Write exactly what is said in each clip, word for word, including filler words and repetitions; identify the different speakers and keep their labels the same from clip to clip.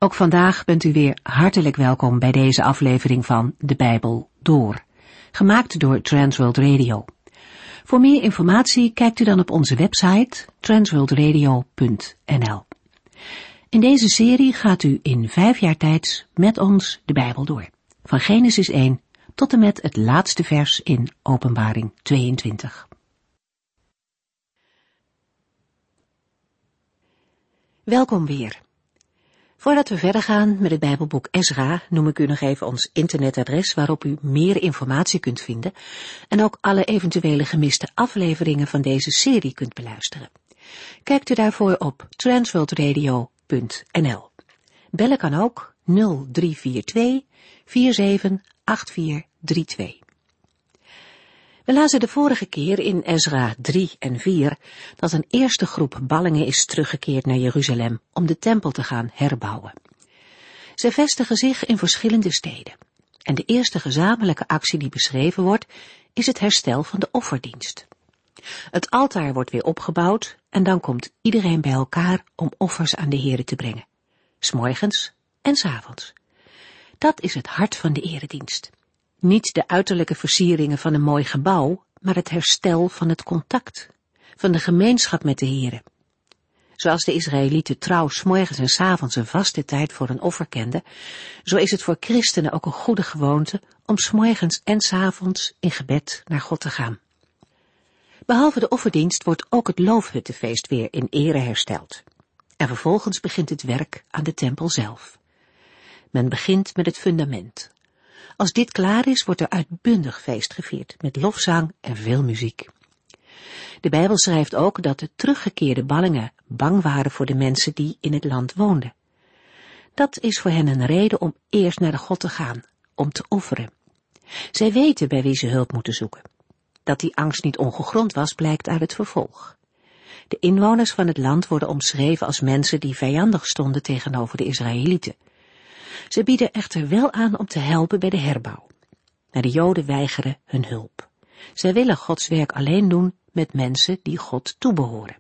Speaker 1: Ook vandaag bent u weer hartelijk welkom bij deze aflevering van De Bijbel Door, gemaakt door Transworld Radio. Voor meer informatie kijkt u dan op onze website transworld radio punt n l. In deze serie gaat u in vijf jaar tijd met ons de Bijbel door, van Genesis één tot en met het laatste vers in Openbaring tweeëntwintig. Welkom weer. Voordat we verder gaan met het Bijbelboek Ezra, noem ik u nog even ons internetadres waarop u meer informatie kunt vinden en ook alle eventuele gemiste afleveringen van deze serie kunt beluisteren. Kijkt u daarvoor op transworld radio punt n l. Bellen kan ook nul drie vier twee vier zeven acht vier drie twee. We lazen de vorige keer in Ezra drie en vier dat een eerste groep ballingen is teruggekeerd naar Jeruzalem om de tempel te gaan herbouwen. Ze vestigen zich in verschillende steden. En de eerste gezamenlijke actie die beschreven wordt, is het herstel van de offerdienst. Het altaar wordt weer opgebouwd en dan komt iedereen bij elkaar om offers aan de Here te brengen. 's Morgens en 's avonds. Dat is het hart van de eredienst. Niet de uiterlijke versieringen van een mooi gebouw, maar het herstel van het contact, van de gemeenschap met de Here. Zoals de Israëlieten trouw 's morgens en 's avonds een vaste tijd voor een offer kenden, zo is het voor christenen ook een goede gewoonte om 's morgens en 's avonds in gebed naar God te gaan. Behalve de offerdienst wordt ook het loofhuttenfeest weer in ere hersteld. En vervolgens begint het werk aan de tempel zelf. Men begint met het fundament. Als dit klaar is, wordt er uitbundig feest gevierd, met lofzang en veel muziek. De Bijbel schrijft ook dat de teruggekeerde ballingen bang waren voor de mensen die in het land woonden. Dat is voor hen een reden om eerst naar de God te gaan, om te offeren. Zij weten bij wie ze hulp moeten zoeken. Dat die angst niet ongegrond was, blijkt uit het vervolg. De inwoners van het land worden omschreven als mensen die vijandig stonden tegenover de Israëlieten. Ze bieden echter wel aan om te helpen bij de herbouw. Maar de Joden weigeren hun hulp. Zij willen Gods werk alleen doen met mensen die God toebehoren.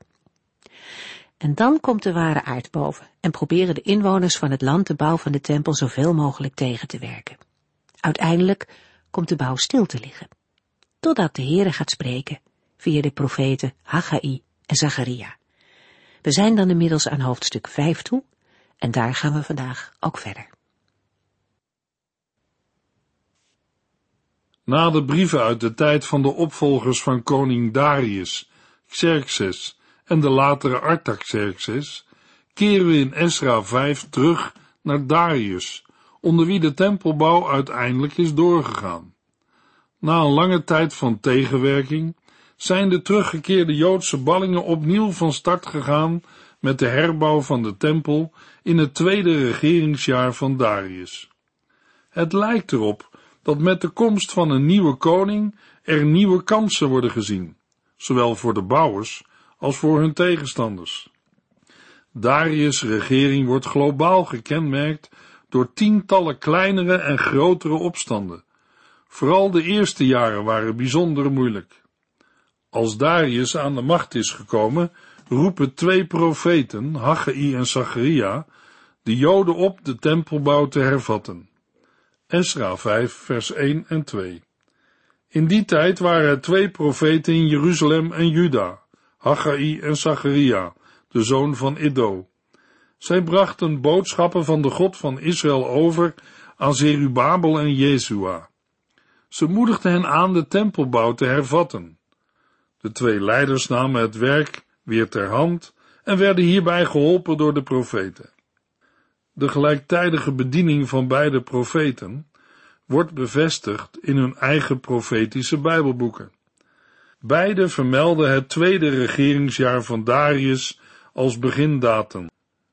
Speaker 1: En dan komt de ware aard boven en proberen de inwoners van het land de bouw van de tempel zoveel mogelijk tegen te werken. Uiteindelijk komt de bouw stil te liggen. Totdat de Heere gaat spreken via de profeten Haggai en Zacharia. We zijn dan inmiddels aan hoofdstuk vijf toe en daar gaan we vandaag ook verder.
Speaker 2: Na de brieven uit de tijd van de opvolgers van koning Darius, Xerxes en de latere Artaxerxes, keren we in Ezra vijf terug naar Darius, onder wie de tempelbouw uiteindelijk is doorgegaan. Na een lange tijd van tegenwerking zijn de teruggekeerde Joodse ballingen opnieuw van start gegaan met de herbouw van de tempel in het tweede regeringsjaar van Darius. Het lijkt erop dat met de komst van een nieuwe koning er nieuwe kansen worden gezien, zowel voor de bouwers als voor hun tegenstanders. Darius' regering wordt globaal gekenmerkt door tientallen kleinere en grotere opstanden. Vooral de eerste jaren waren bijzonder moeilijk. Als Darius aan de macht is gekomen, roepen twee profeten, Haggai en Zacharia, de Joden op de tempelbouw te hervatten. Ezra vijf, vers één en twee. In die tijd waren er twee profeten in Jeruzalem en Juda, Haggai en Zacharia, de zoon van Iddo. Zij brachten boodschappen van de God van Israël over aan Zerubabel en Jezua. Ze moedigden hen aan de tempelbouw te hervatten. De twee leiders namen het werk weer ter hand en werden hierbij geholpen door de profeten. De gelijktijdige bediening van beide profeten wordt bevestigd in hun eigen profetische Bijbelboeken. Beide vermelden het tweede regeringsjaar van Darius als begindatum.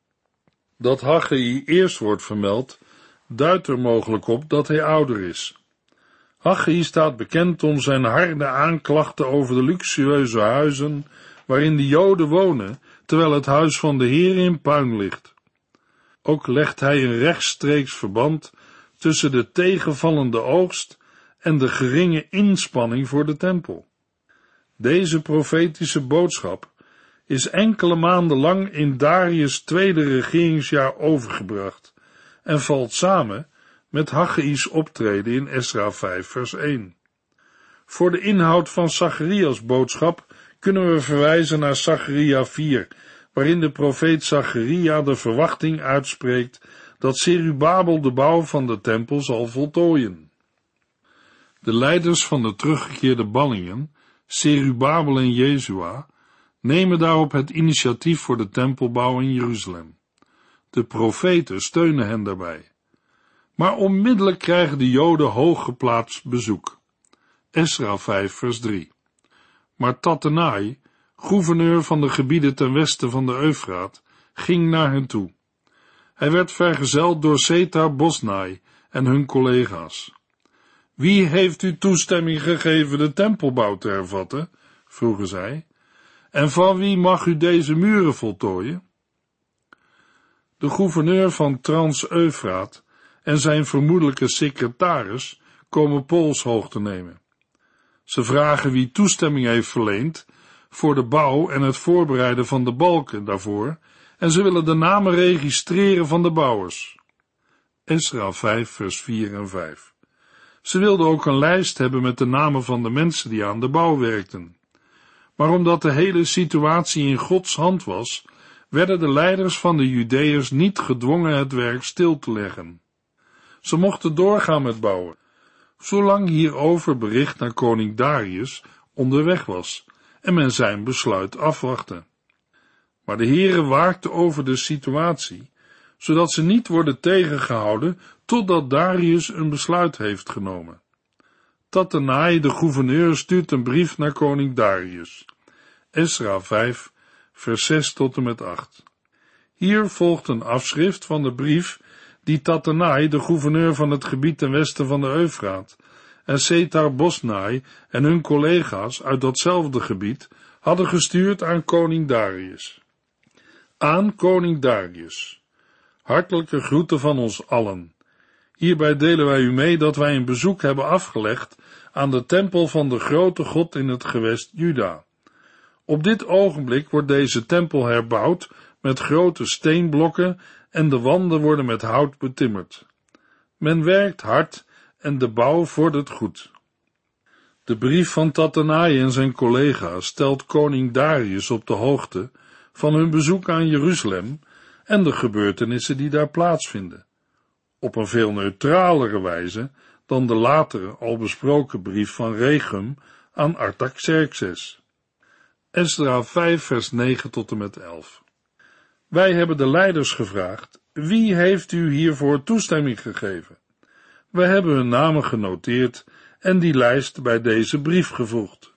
Speaker 2: Dat Haggai eerst wordt vermeld, duidt er mogelijk op dat hij ouder is. Haggai staat bekend om zijn harde aanklachten over de luxueuze huizen waarin de Joden wonen, terwijl het huis van de Heer in puin ligt. Ook legt hij een rechtstreeks verband tussen de tegenvallende oogst en de geringe inspanning voor de tempel. Deze profetische boodschap is enkele maanden lang in Darius' tweede regeringsjaar overgebracht en valt samen met Haggai's optreden in Esra vijf vers één. Voor de inhoud van Zacharias' boodschap kunnen we verwijzen naar Zacharia vier, waarin de profeet Zacharia de verwachting uitspreekt dat Zerubabel de bouw van de tempel zal voltooien. De leiders van de teruggekeerde ballingen, Zerubabel en Jezua, nemen daarop het initiatief voor de tempelbouw in Jeruzalem. De profeten steunen hen daarbij. Maar onmiddellijk krijgen de Joden hooggeplaatst bezoek. Esra vijf vers drie. Maar Tattenai, gouverneur van de gebieden ten westen van de Eufraat, ging naar hen toe. Hij werd vergezeld door Setar Bosnai en hun collega's. Wie heeft u toestemming gegeven de tempelbouw te hervatten? Vroegen zij. En van wie mag u deze muren voltooien? De gouverneur van Trans-Eufraat en zijn vermoedelijke secretaris komen polshoog te nemen. Ze vragen wie toestemming heeft verleend voor de bouw en het voorbereiden van de balken daarvoor, en ze willen de namen registreren van de bouwers. Esra vijf vers vier en vijf. Ze wilden ook een lijst hebben met de namen van de mensen die aan de bouw werkten. Maar omdat de hele situatie in Gods hand was, werden de leiders van de Judeërs niet gedwongen het werk stil te leggen. Ze mochten doorgaan met bouwen, zolang hierover bericht naar koning Darius onderweg was en men zijn besluit afwachtte. Maar de Heere waakte over de situatie, zodat ze niet worden tegengehouden totdat Darius een besluit heeft genomen. Tattenai, de gouverneur, stuurt een brief naar koning Darius. Esra vijf, vers zes tot en met acht. Hier volgt een afschrift van de brief die Tattenai, de gouverneur van het gebied ten westen van de Eufraat, en Setar Bosnai en hun collega's uit datzelfde gebied hadden gestuurd aan koning Darius. Aan koning Darius. Hartelijke groeten van ons allen. Hierbij delen wij u mee dat wij een bezoek hebben afgelegd aan de tempel van de grote God in het gewest Juda. Op dit ogenblik wordt deze tempel herbouwd met grote steenblokken en de wanden worden met hout betimmerd. Men werkt hard en de bouw vordert goed. De brief van Tattenai en zijn collega's stelt koning Darius op de hoogte van hun bezoek aan Jeruzalem en de gebeurtenissen die daar plaatsvinden, op een veel neutralere wijze dan de latere al besproken brief van Regum aan Artaxerxes. Esra vijf vers negen tot en met elf. Wij hebben de leiders gevraagd, wie heeft u hiervoor toestemming gegeven? We hebben hun namen genoteerd en die lijst bij deze brief gevoegd.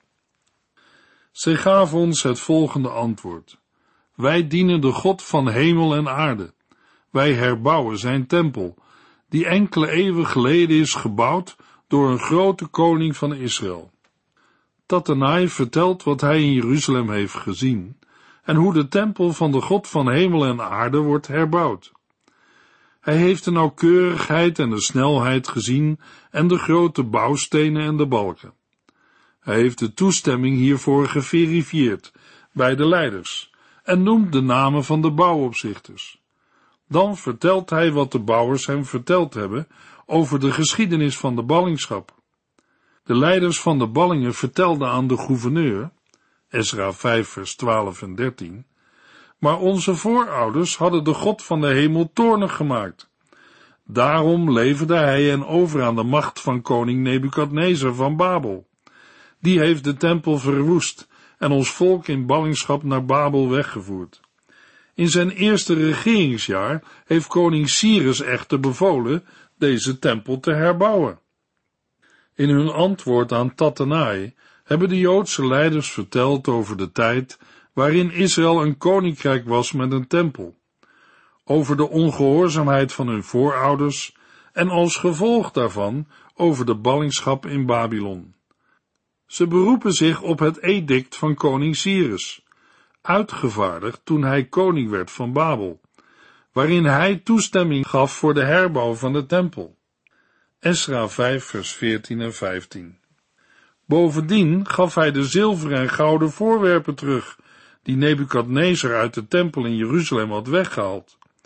Speaker 2: Zij gaven ons het volgende antwoord. Wij dienen de God van hemel en aarde. Wij herbouwen zijn tempel, die enkele eeuwen geleden is gebouwd door een grote koning van Israël. Tattenai vertelt wat hij in Jeruzalem heeft gezien en hoe de tempel van de God van hemel en aarde wordt herbouwd. Hij heeft de nauwkeurigheid en de snelheid gezien en de grote bouwstenen en de balken. Hij heeft de toestemming hiervoor geverifieerd bij de leiders en noemt de namen van de bouwopzichters. Dan vertelt hij wat de bouwers hem verteld hebben over de geschiedenis van de ballingschap. De leiders van de ballingen vertelden aan de gouverneur, Esra vijf vers twaalf en dertien, maar onze voorouders hadden de God van de hemel toornig gemaakt. Daarom leverde hij hen over aan de macht van koning Nebukadnezar van Babel. Die heeft de tempel verwoest en ons volk in ballingschap naar Babel weggevoerd. In zijn eerste regeringsjaar heeft koning Cyrus echter bevolen deze tempel te herbouwen. In hun antwoord aan Tattenai hebben de Joodse leiders verteld over de tijd waarin Israël een koninkrijk was met een tempel, over de ongehoorzaamheid van hun voorouders en als gevolg daarvan over de ballingschap in Babylon. Ze beroepen zich op het edict van koning Cyrus, uitgevaardigd toen hij koning werd van Babel, waarin hij toestemming gaf voor de herbouw van de tempel. Esra vijf vers veertien en vijftien. Bovendien gaf hij de zilveren en gouden voorwerpen terug, die Nebukadnezar uit de tempel in Jeruzalem had weggehaald.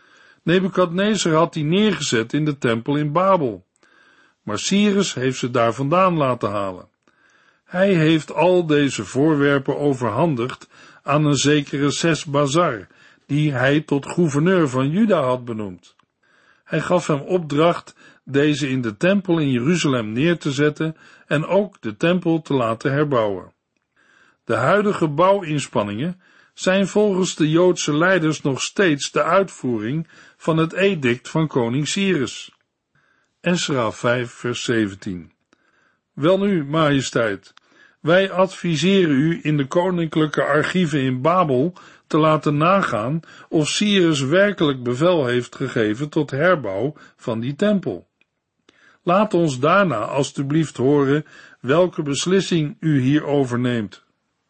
Speaker 2: Nebukadnezar had die neergezet in de tempel in Babel, maar Cyrus heeft ze daar vandaan laten halen. Hij heeft al deze voorwerpen overhandigd aan een zekere Sesbazar, die hij tot gouverneur van Juda had benoemd. Hij gaf hem opdracht deze in de tempel in Jeruzalem neer te zetten en ook de tempel te laten herbouwen. De huidige bouwinspanningen zijn volgens de Joodse leiders nog steeds de uitvoering van het edict van koning Cyrus. Esra vijf vers zeventien. Welnu, majesteit, wij adviseren u in de koninklijke archieven in Babel te laten nagaan of Cyrus werkelijk bevel heeft gegeven tot herbouw van die tempel. Laat ons daarna alstublieft horen welke beslissing u hierover neemt.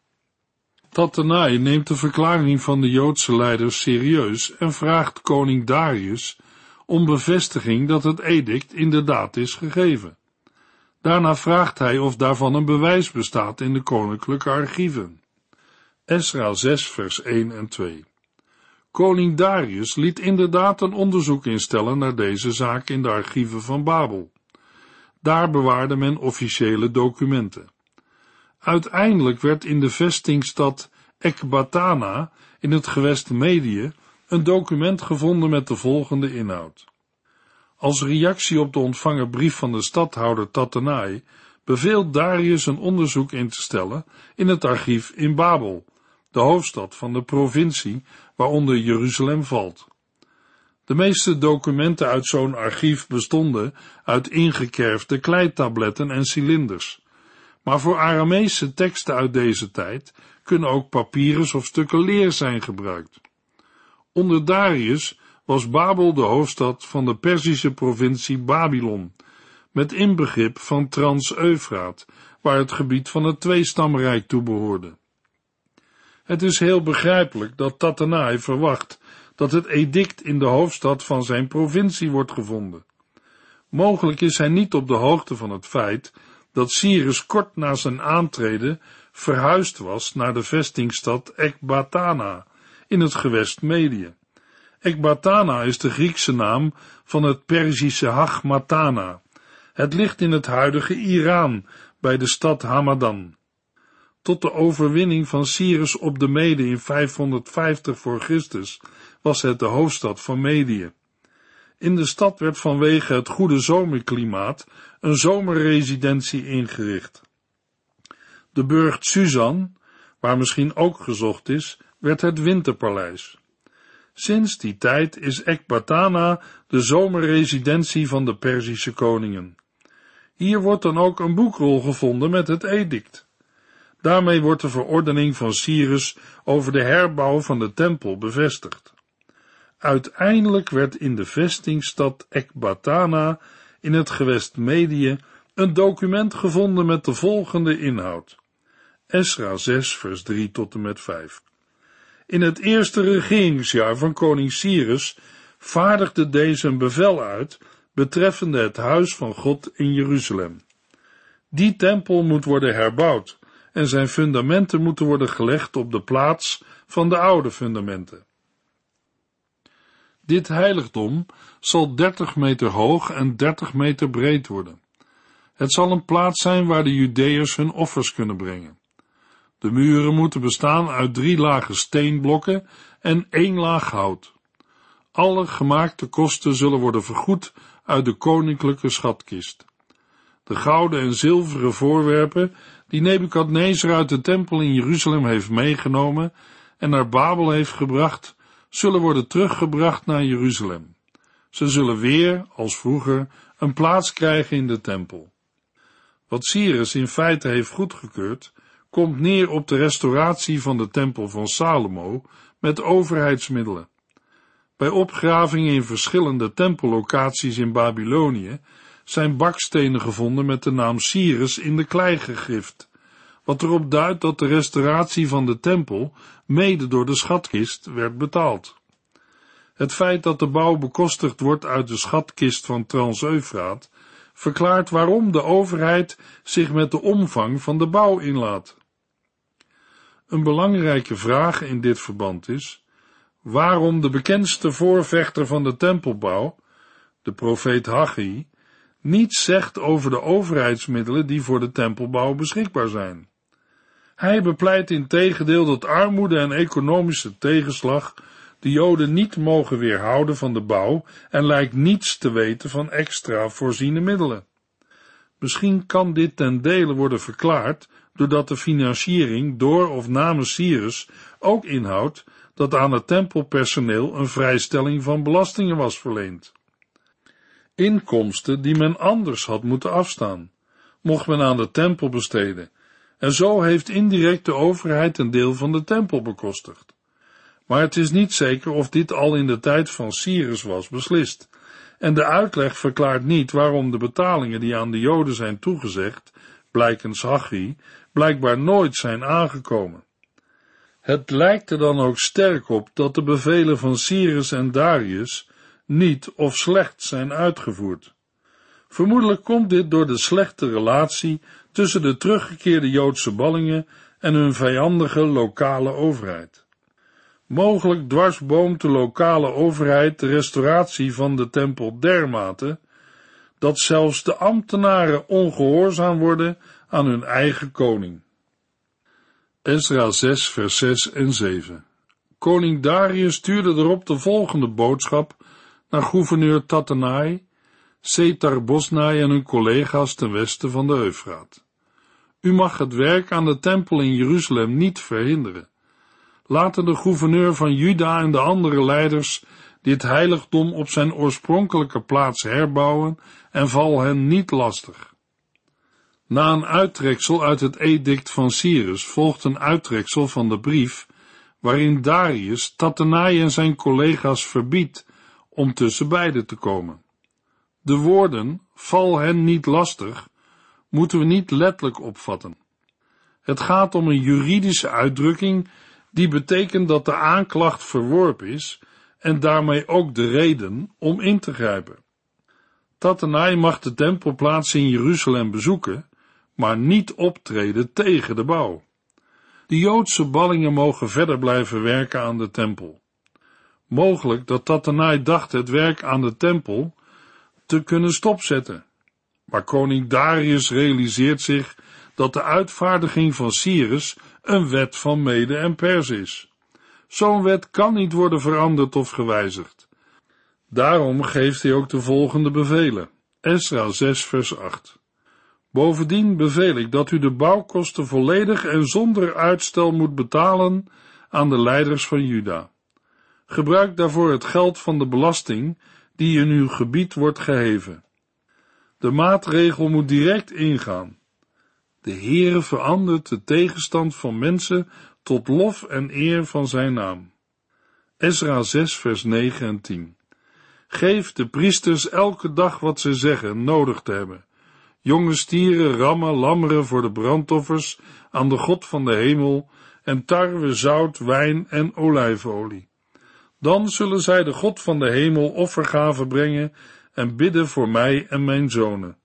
Speaker 2: Tattenai neemt de verklaring van de Joodse leiders serieus en vraagt koning Darius om bevestiging dat het edict inderdaad is gegeven. Daarna vraagt hij of daarvan een bewijs bestaat in de koninklijke archieven. Esra zes vers één en twee. Koning Darius liet inderdaad een onderzoek instellen naar deze zaak in de archieven van Babel. Daar bewaarde men officiële documenten. Uiteindelijk werd in de vestingstad Ekbatana in het gewest Medië een document gevonden met de volgende inhoud. Als reactie op de ontvangen brief van de stadhouder Tattenai beveelt Darius een onderzoek in te stellen in het archief in Babel, de hoofdstad van de provincie waaronder Jeruzalem valt. De meeste documenten uit zo'n archief bestonden uit ingekerfde kleitabletten en cilinders, maar voor Arameese teksten uit deze tijd kunnen ook papyrus of stukken leer zijn gebruikt. Onder Darius was Babel de hoofdstad van de Perzische provincie Babylon, met inbegrip van Trans-Eufraat, waar het gebied van het Tweestamrijk toe behoorde. Het is heel begrijpelijk dat Tattenai verwacht dat het edict in de hoofdstad van zijn provincie wordt gevonden. Mogelijk is hij niet op de hoogte van het feit dat Cyrus kort na zijn aantreden verhuisd was naar de vestingstad Ekbatana in het gewest Medië. Ekbatana is de Griekse naam van het Perzische Hachmatana. Het ligt in het huidige Iran bij de stad Hamadan. Tot de overwinning van Cyrus op de Mede in vijfhonderdvijftig voor Christus was het de hoofdstad van Medië. In de stad werd vanwege het goede zomerklimaat een zomerresidentie ingericht. De burcht Suzan, waar misschien ook gezocht is, werd het winterpaleis. Sinds die tijd is Ekbatana de zomerresidentie van de Perzische koningen. Hier wordt dan ook een boekrol gevonden met het edict. Daarmee wordt de verordening van Cyrus over de herbouw van de tempel bevestigd. Uiteindelijk werd in de vestingstad Ekbatana in het gewest Medië een document gevonden met de volgende inhoud. Esra zes vers drie tot en met vijf. In het eerste regeringsjaar van koning Cyrus vaardigde deze een bevel uit betreffende het huis van God in Jeruzalem. Die tempel moet worden herbouwd en zijn fundamenten moeten worden gelegd op de plaats van de oude fundamenten. Dit heiligdom zal dertig meter hoog en dertig meter breed worden. Het zal een plaats zijn waar de Judeërs hun offers kunnen brengen. De muren moeten bestaan uit drie lagen steenblokken en één laag hout. Alle gemaakte kosten zullen worden vergoed uit de koninklijke schatkist. De gouden en zilveren voorwerpen die Nebukadnezar uit de tempel in Jeruzalem heeft meegenomen en naar Babel heeft gebracht, zullen worden teruggebracht naar Jeruzalem. Ze zullen weer, als vroeger, een plaats krijgen in de tempel. Wat Cyrus in feite heeft goedgekeurd, komt neer op de restauratie van de tempel van Salomo met overheidsmiddelen. Bij opgravingen in verschillende tempellocaties in Babylonië zijn bakstenen gevonden met de naam Cyrus in de klei gegrift, wat erop duidt dat de restauratie van de tempel mede door de schatkist werd betaald. Het feit dat de bouw bekostigd wordt uit de schatkist van Trans-Eufraat verklaart waarom de overheid zich met de omvang van de bouw inlaat. Een belangrijke vraag in dit verband is: waarom de bekendste voorvechter van de tempelbouw, de profeet Haggai, niets zegt over de overheidsmiddelen die voor de tempelbouw beschikbaar zijn. Hij bepleit integendeel dat armoede en economische tegenslag de Joden niet mogen weerhouden van de bouw en lijkt niets te weten van extra voorziene middelen. Misschien kan dit ten dele worden verklaard doordat de financiering door of namens Cyrus ook inhoudt dat aan het tempelpersoneel een vrijstelling van belastingen was verleend. Inkomsten die men anders had moeten afstaan, mocht men aan de tempel besteden, en zo heeft indirect de overheid een deel van de tempel bekostigd. Maar het is niet zeker of dit al in de tijd van Cyrus was beslist, en de uitleg verklaart niet waarom de betalingen die aan de Joden zijn toegezegd, blijkens Haggai, blijkbaar nooit zijn aangekomen. Het lijkt er dan ook sterk op dat de bevelen van Cyrus en Darius niet of slecht zijn uitgevoerd. Vermoedelijk komt dit door de slechte relatie tussen de teruggekeerde Joodse ballingen en hun vijandige lokale overheid. Mogelijk dwarsboomt de lokale overheid de restauratie van de tempel dermate dat zelfs de ambtenaren ongehoorzaam worden aan hun eigen koning. Esra zes vers zes en zeven. Koning Darius stuurde erop de volgende boodschap naar gouverneur Tattenai, Setar-Bosnai en hun collega's ten westen van de Eufraat. U mag het werk aan de tempel in Jeruzalem niet verhinderen. Laten de gouverneur van Juda en de andere leiders dit heiligdom op zijn oorspronkelijke plaats herbouwen en val hen niet lastig. Na een uittreksel uit het edict van Cyrus volgt een uittreksel van de brief waarin Darius Tattenai en zijn collega's verbiedt om tussen beiden te komen. De woorden, val hen niet lastig, moeten we niet letterlijk opvatten. Het gaat om een juridische uitdrukking die betekent dat de aanklacht verworpen is en daarmee ook de reden om in te grijpen. Tattenai mag de tempelplaats in Jeruzalem bezoeken, maar niet optreden tegen de bouw. De Joodse ballingen mogen verder blijven werken aan de tempel. Mogelijk dat Tattenai dacht het werk aan de tempel te kunnen stopzetten. Maar koning Darius realiseert zich dat de uitvaardiging van Cyrus een wet van Mede en Pers is. Zo'n wet kan niet worden veranderd of gewijzigd. Daarom geeft hij ook de volgende bevelen. Esra zes vers acht. Bovendien beveel ik dat u de bouwkosten volledig en zonder uitstel moet betalen aan de leiders van Juda. Gebruik daarvoor het geld van de belasting die in uw gebied wordt geheven. De maatregel moet direct ingaan. De Heere verandert de tegenstand van mensen tot lof en eer van zijn naam. Esra zes vers negen en tien. Geef de priesters elke dag wat ze zeggen nodig te hebben. Jonge stieren, rammen, lammeren voor de brandoffers aan de God van de hemel en tarwe, zout, wijn en olijfolie. Dan zullen zij de God van de hemel offergaven brengen en bidden voor mij en mijn zonen.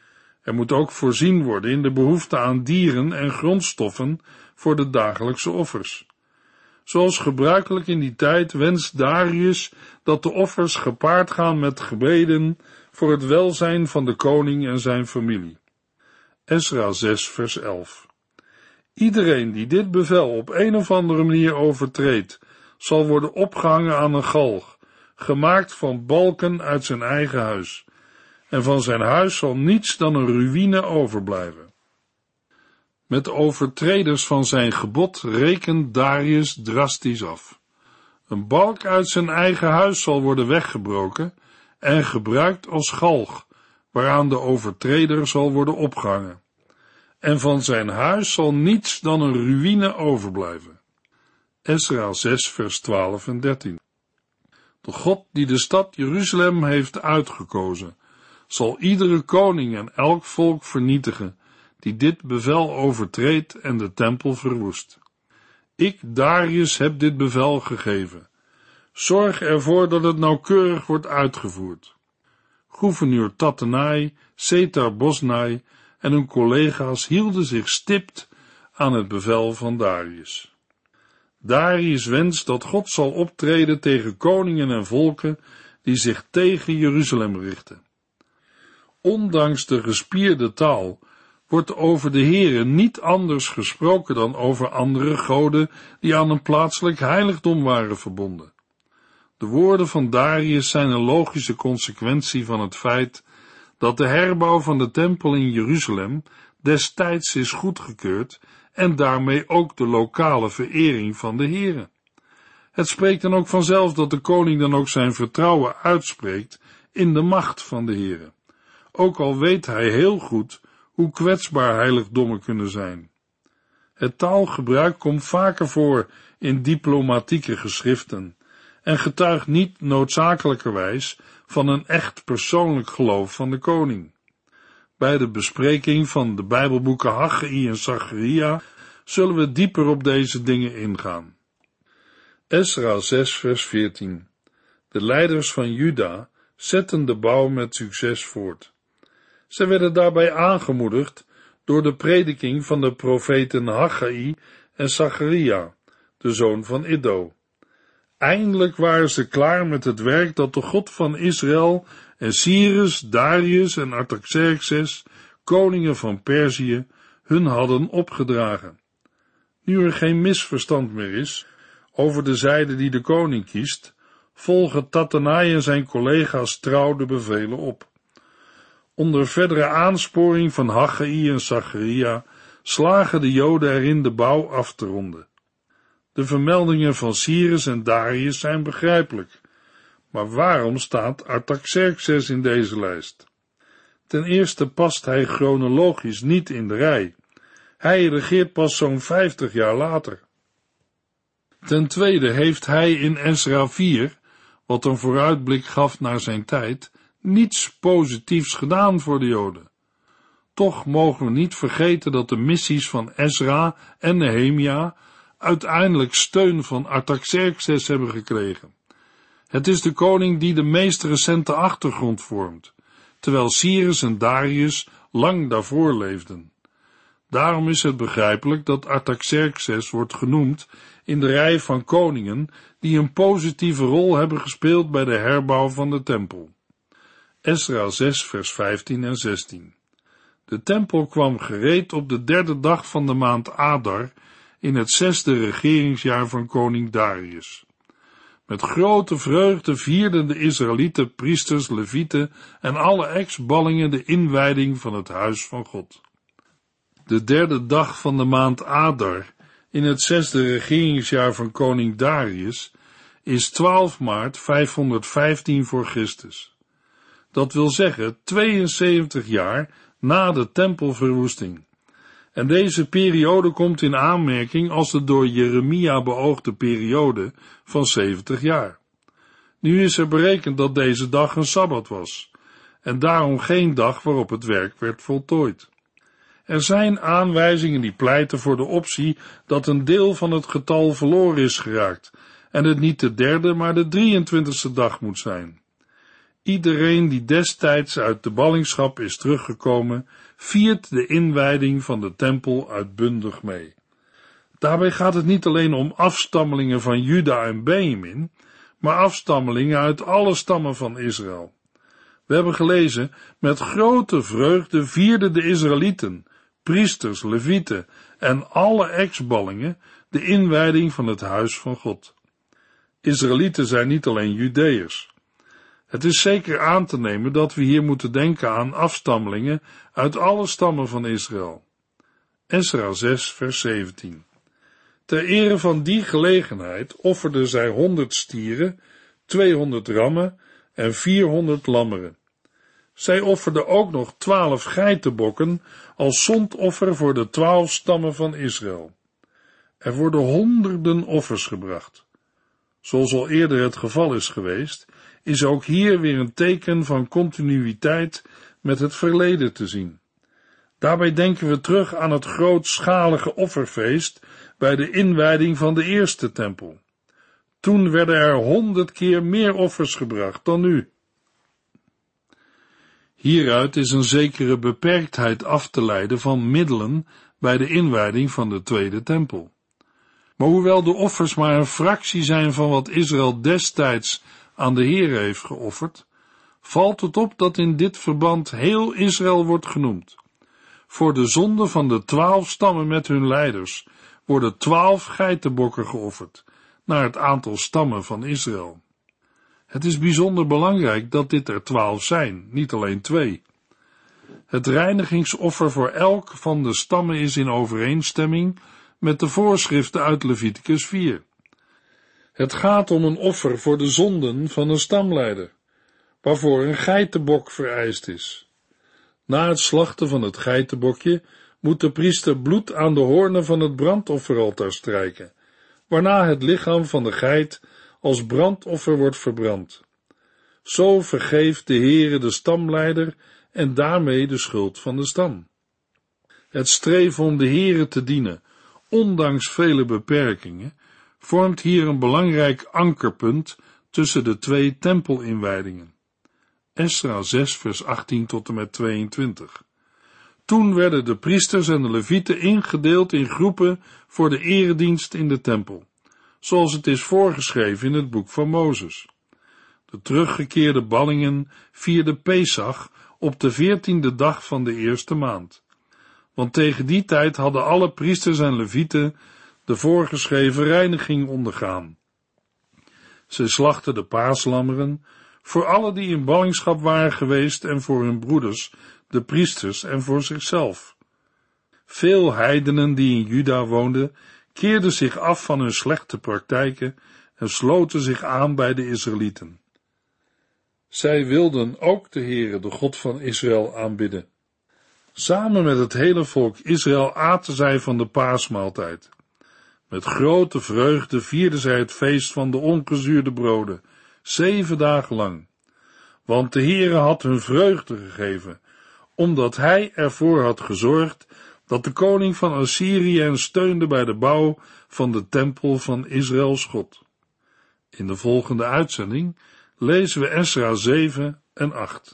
Speaker 2: Er moet ook voorzien worden in de behoefte aan dieren en grondstoffen voor de dagelijkse offers. Zoals gebruikelijk in die tijd wenst Darius dat de offers gepaard gaan met gebeden voor het welzijn van de koning en zijn familie. Esra zes vers elf. Iedereen die dit bevel op een of andere manier overtreedt, zal worden opgehangen aan een galg, gemaakt van balken uit zijn eigen huis, en van zijn huis zal niets dan een ruïne overblijven. Met overtreders van zijn gebod rekent Darius drastisch af. Een balk uit zijn eigen huis zal worden weggebroken en gebruikt als galg, waaraan de overtreder zal worden opgehangen. En van zijn huis zal niets dan een ruïne overblijven. Esra zes vers twaalf en dertien. De God die de stad Jeruzalem heeft uitgekozen, zal iedere koning en elk volk vernietigen, die dit bevel overtreedt en de tempel verwoest. Ik, Darius, heb dit bevel gegeven. Zorg ervoor dat het nauwkeurig wordt uitgevoerd. Gouverneur Tattenai, Setar-Bosnai en hun collega's hielden zich stipt aan het bevel van Darius. Darius wenst dat God zal optreden tegen koningen en volken die zich tegen Jeruzalem richten. Ondanks de gespierde taal wordt over de Heere niet anders gesproken dan over andere goden die aan een plaatselijk heiligdom waren verbonden. De woorden van Darius zijn een logische consequentie van het feit dat de herbouw van de tempel in Jeruzalem destijds is goedgekeurd en daarmee ook de lokale verering van de Heere. Het spreekt dan ook vanzelf dat de koning dan ook zijn vertrouwen uitspreekt in de macht van de Heere, ook al weet hij heel goed hoe kwetsbaar heiligdommen kunnen zijn. Het taalgebruik komt vaker voor in diplomatieke geschriften en getuigt niet noodzakelijkerwijs van een echt persoonlijk geloof van de koning. Bij de bespreking van de Bijbelboeken Haggai en Zacharia zullen we dieper op deze dingen ingaan. Esra zes vers veertien. De leiders van Juda zetten de bouw met succes voort. Ze werden daarbij aangemoedigd door de prediking van de profeten Haggai en Zacharia, de zoon van Iddo. Eindelijk waren ze klaar met het werk dat de God van Israël en Cyrus, Darius en Artaxerxes, koningen van Perzië, hun hadden opgedragen. Nu er geen misverstand meer is over de zijde die de koning kiest, volgen Tattenai en zijn collega's trouw de bevelen op. Onder verdere aansporing van Haggai en Zacharia slagen de Joden erin de bouw af te ronden. De vermeldingen van Cyrus en Darius zijn begrijpelijk, maar waarom staat Artaxerxes in deze lijst? Ten eerste past hij chronologisch niet in de rij. Hij regeert pas zo'n vijftig jaar later. Ten tweede heeft hij in Esra vier, wat een vooruitblik gaf naar zijn tijd, niets positiefs gedaan voor de Joden. Toch mogen we niet vergeten dat de missies van Esra en Nehemia uiteindelijk steun van Artaxerxes hebben gekregen. Het is de koning die de meest recente achtergrond vormt, terwijl Cyrus en Darius lang daarvoor leefden. Daarom is het begrijpelijk dat Artaxerxes wordt genoemd in de rij van koningen die een positieve rol hebben gespeeld bij de herbouw van de tempel. Esra zes vers vijftien en zestien. De tempel kwam gereed op de derde dag van de maand Adar in het zesde regeringsjaar van koning Darius. Met grote vreugde vierden de Israëlieten, priesters, levieten en alle ex-ballingen de inwijding van het huis van God. De derde dag van de maand Adar in het zesde regeringsjaar van koning Darius is twaalf maart vijfhonderdvijftien voor Christus. Dat wil zeggen tweeënzeventig jaar na de tempelverwoesting. En deze periode komt in aanmerking als de door Jeremia beoogde periode van zeventig jaar. Nu is er berekend dat deze dag een sabbat was, en daarom geen dag waarop het werk werd voltooid. Er zijn aanwijzingen die pleiten voor de optie dat een deel van het getal verloren is geraakt, en het niet de derde, maar de drieëntwintigste dag moet zijn. Iedereen die destijds uit de ballingschap is teruggekomen, viert de inwijding van de tempel uitbundig mee. Daarbij gaat het niet alleen om afstammelingen van Juda en Benjamin, maar afstammelingen uit alle stammen van Israël. We hebben gelezen, met grote vreugde vierden de Israëlieten, priesters, levieten en alle ex-ballingen de inwijding van het huis van God. Israëlieten zijn niet alleen Judeërs. Het is zeker aan te nemen dat we hier moeten denken aan afstammelingen uit alle stammen van Israël. Esra zes vers zeventien. Ter ere van die gelegenheid offerden zij honderd stieren, tweehonderd rammen en vierhonderd lammeren. Zij offerden ook nog twaalf geitenbokken als zondoffer voor de twaalf stammen van Israël. Er worden honderden offers gebracht. Zoals al eerder het geval is geweest, is ook hier weer een teken van continuïteit met het verleden te zien. Daarbij denken we terug aan het grootschalige offerfeest bij de inwijding van de eerste tempel. Toen werden er honderd keer meer offers gebracht dan nu. Hieruit is een zekere beperktheid af te leiden van middelen bij de inwijding van de tweede tempel. Maar hoewel de offers maar een fractie zijn van wat Israël destijds aan de Heer heeft geofferd, valt het op dat in dit verband heel Israël wordt genoemd. Voor de zonde van de twaalf stammen met hun leiders worden twaalf geitenbokken geofferd, naar het aantal stammen van Israël. Het is bijzonder belangrijk dat dit er twaalf zijn, niet alleen twee. Het reinigingsoffer voor elk van de stammen is in overeenstemming met de voorschriften uit Leviticus vier. Het gaat om een offer voor de zonden van een stamleider, waarvoor een geitenbok vereist is. Na het slachten van het geitenbokje moet de priester bloed aan de hoornen van het brandofferaltaar strijken, waarna het lichaam van de geit als brandoffer wordt verbrand. Zo vergeeft de Heere de stamleider en daarmee de schuld van de stam. Het streven om de Heere te dienen, ondanks vele beperkingen, vormt hier een belangrijk ankerpunt tussen de twee tempelinwijdingen. Esra zes vers achttien tot en met tweeëntwintig. Toen werden de priesters en de levieten ingedeeld in groepen voor de eredienst in de tempel, zoals het is voorgeschreven in het boek van Mozes. De teruggekeerde ballingen vierden Pesach op de veertiende dag van de eerste maand. Want tegen die tijd hadden alle priesters en levieten de voorgeschreven reiniging ondergaan. Ze slachten de paaslammeren voor alle die in ballingschap waren geweest en voor hun broeders, de priesters, en voor zichzelf. Veel heidenen die in Juda woonden, keerden zich af van hun slechte praktijken en sloten zich aan bij de Israëlieten. Zij wilden ook de Heere, de God van Israël, aanbidden. Samen met het hele volk Israël aten zij van de paasmaaltijd. Met grote vreugde vierden zij het feest van de ongezuurde broden, zeven dagen lang. Want de Heere had hun vreugde gegeven, omdat hij ervoor had gezorgd dat de koning van Assyrië hen steunde bij de bouw van de tempel van Israëls God. In de volgende uitzending lezen we Esra zeven en acht.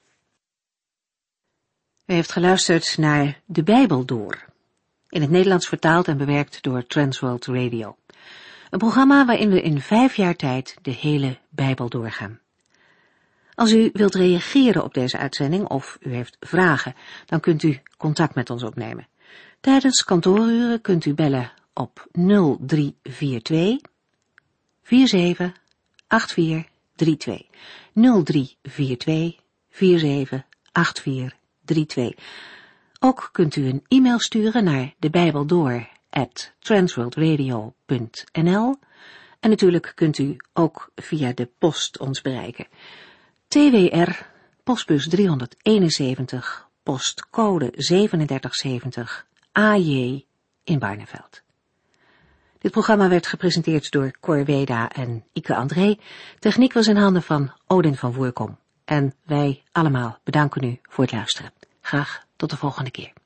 Speaker 1: U heeft geluisterd naar De Bijbel Door, in het Nederlands vertaald en bewerkt door Transworld Radio. Een programma waarin we in vijf jaar tijd de hele Bijbel doorgaan. Als u wilt reageren op deze uitzending of u heeft vragen, dan kunt u contact met ons opnemen. Tijdens kantooruren kunt u bellen op nul drie vier twee vier zeven acht vier drie twee. nul drie vier twee vier zeven acht vier drie twee. Ook kunt u een e-mail sturen naar debijbeldoor at transworldradio punt n l en natuurlijk kunt u ook via de post ons bereiken. T W R, postbus driehonderdeenenzeventig, postcode zevenendertig zeventig, A J in Barneveld. Dit programma werd gepresenteerd door Cor Weda en Ike André. Techniek was in handen van Odin van Voerkom. En wij allemaal bedanken u voor het luisteren. Graag tot de volgende keer.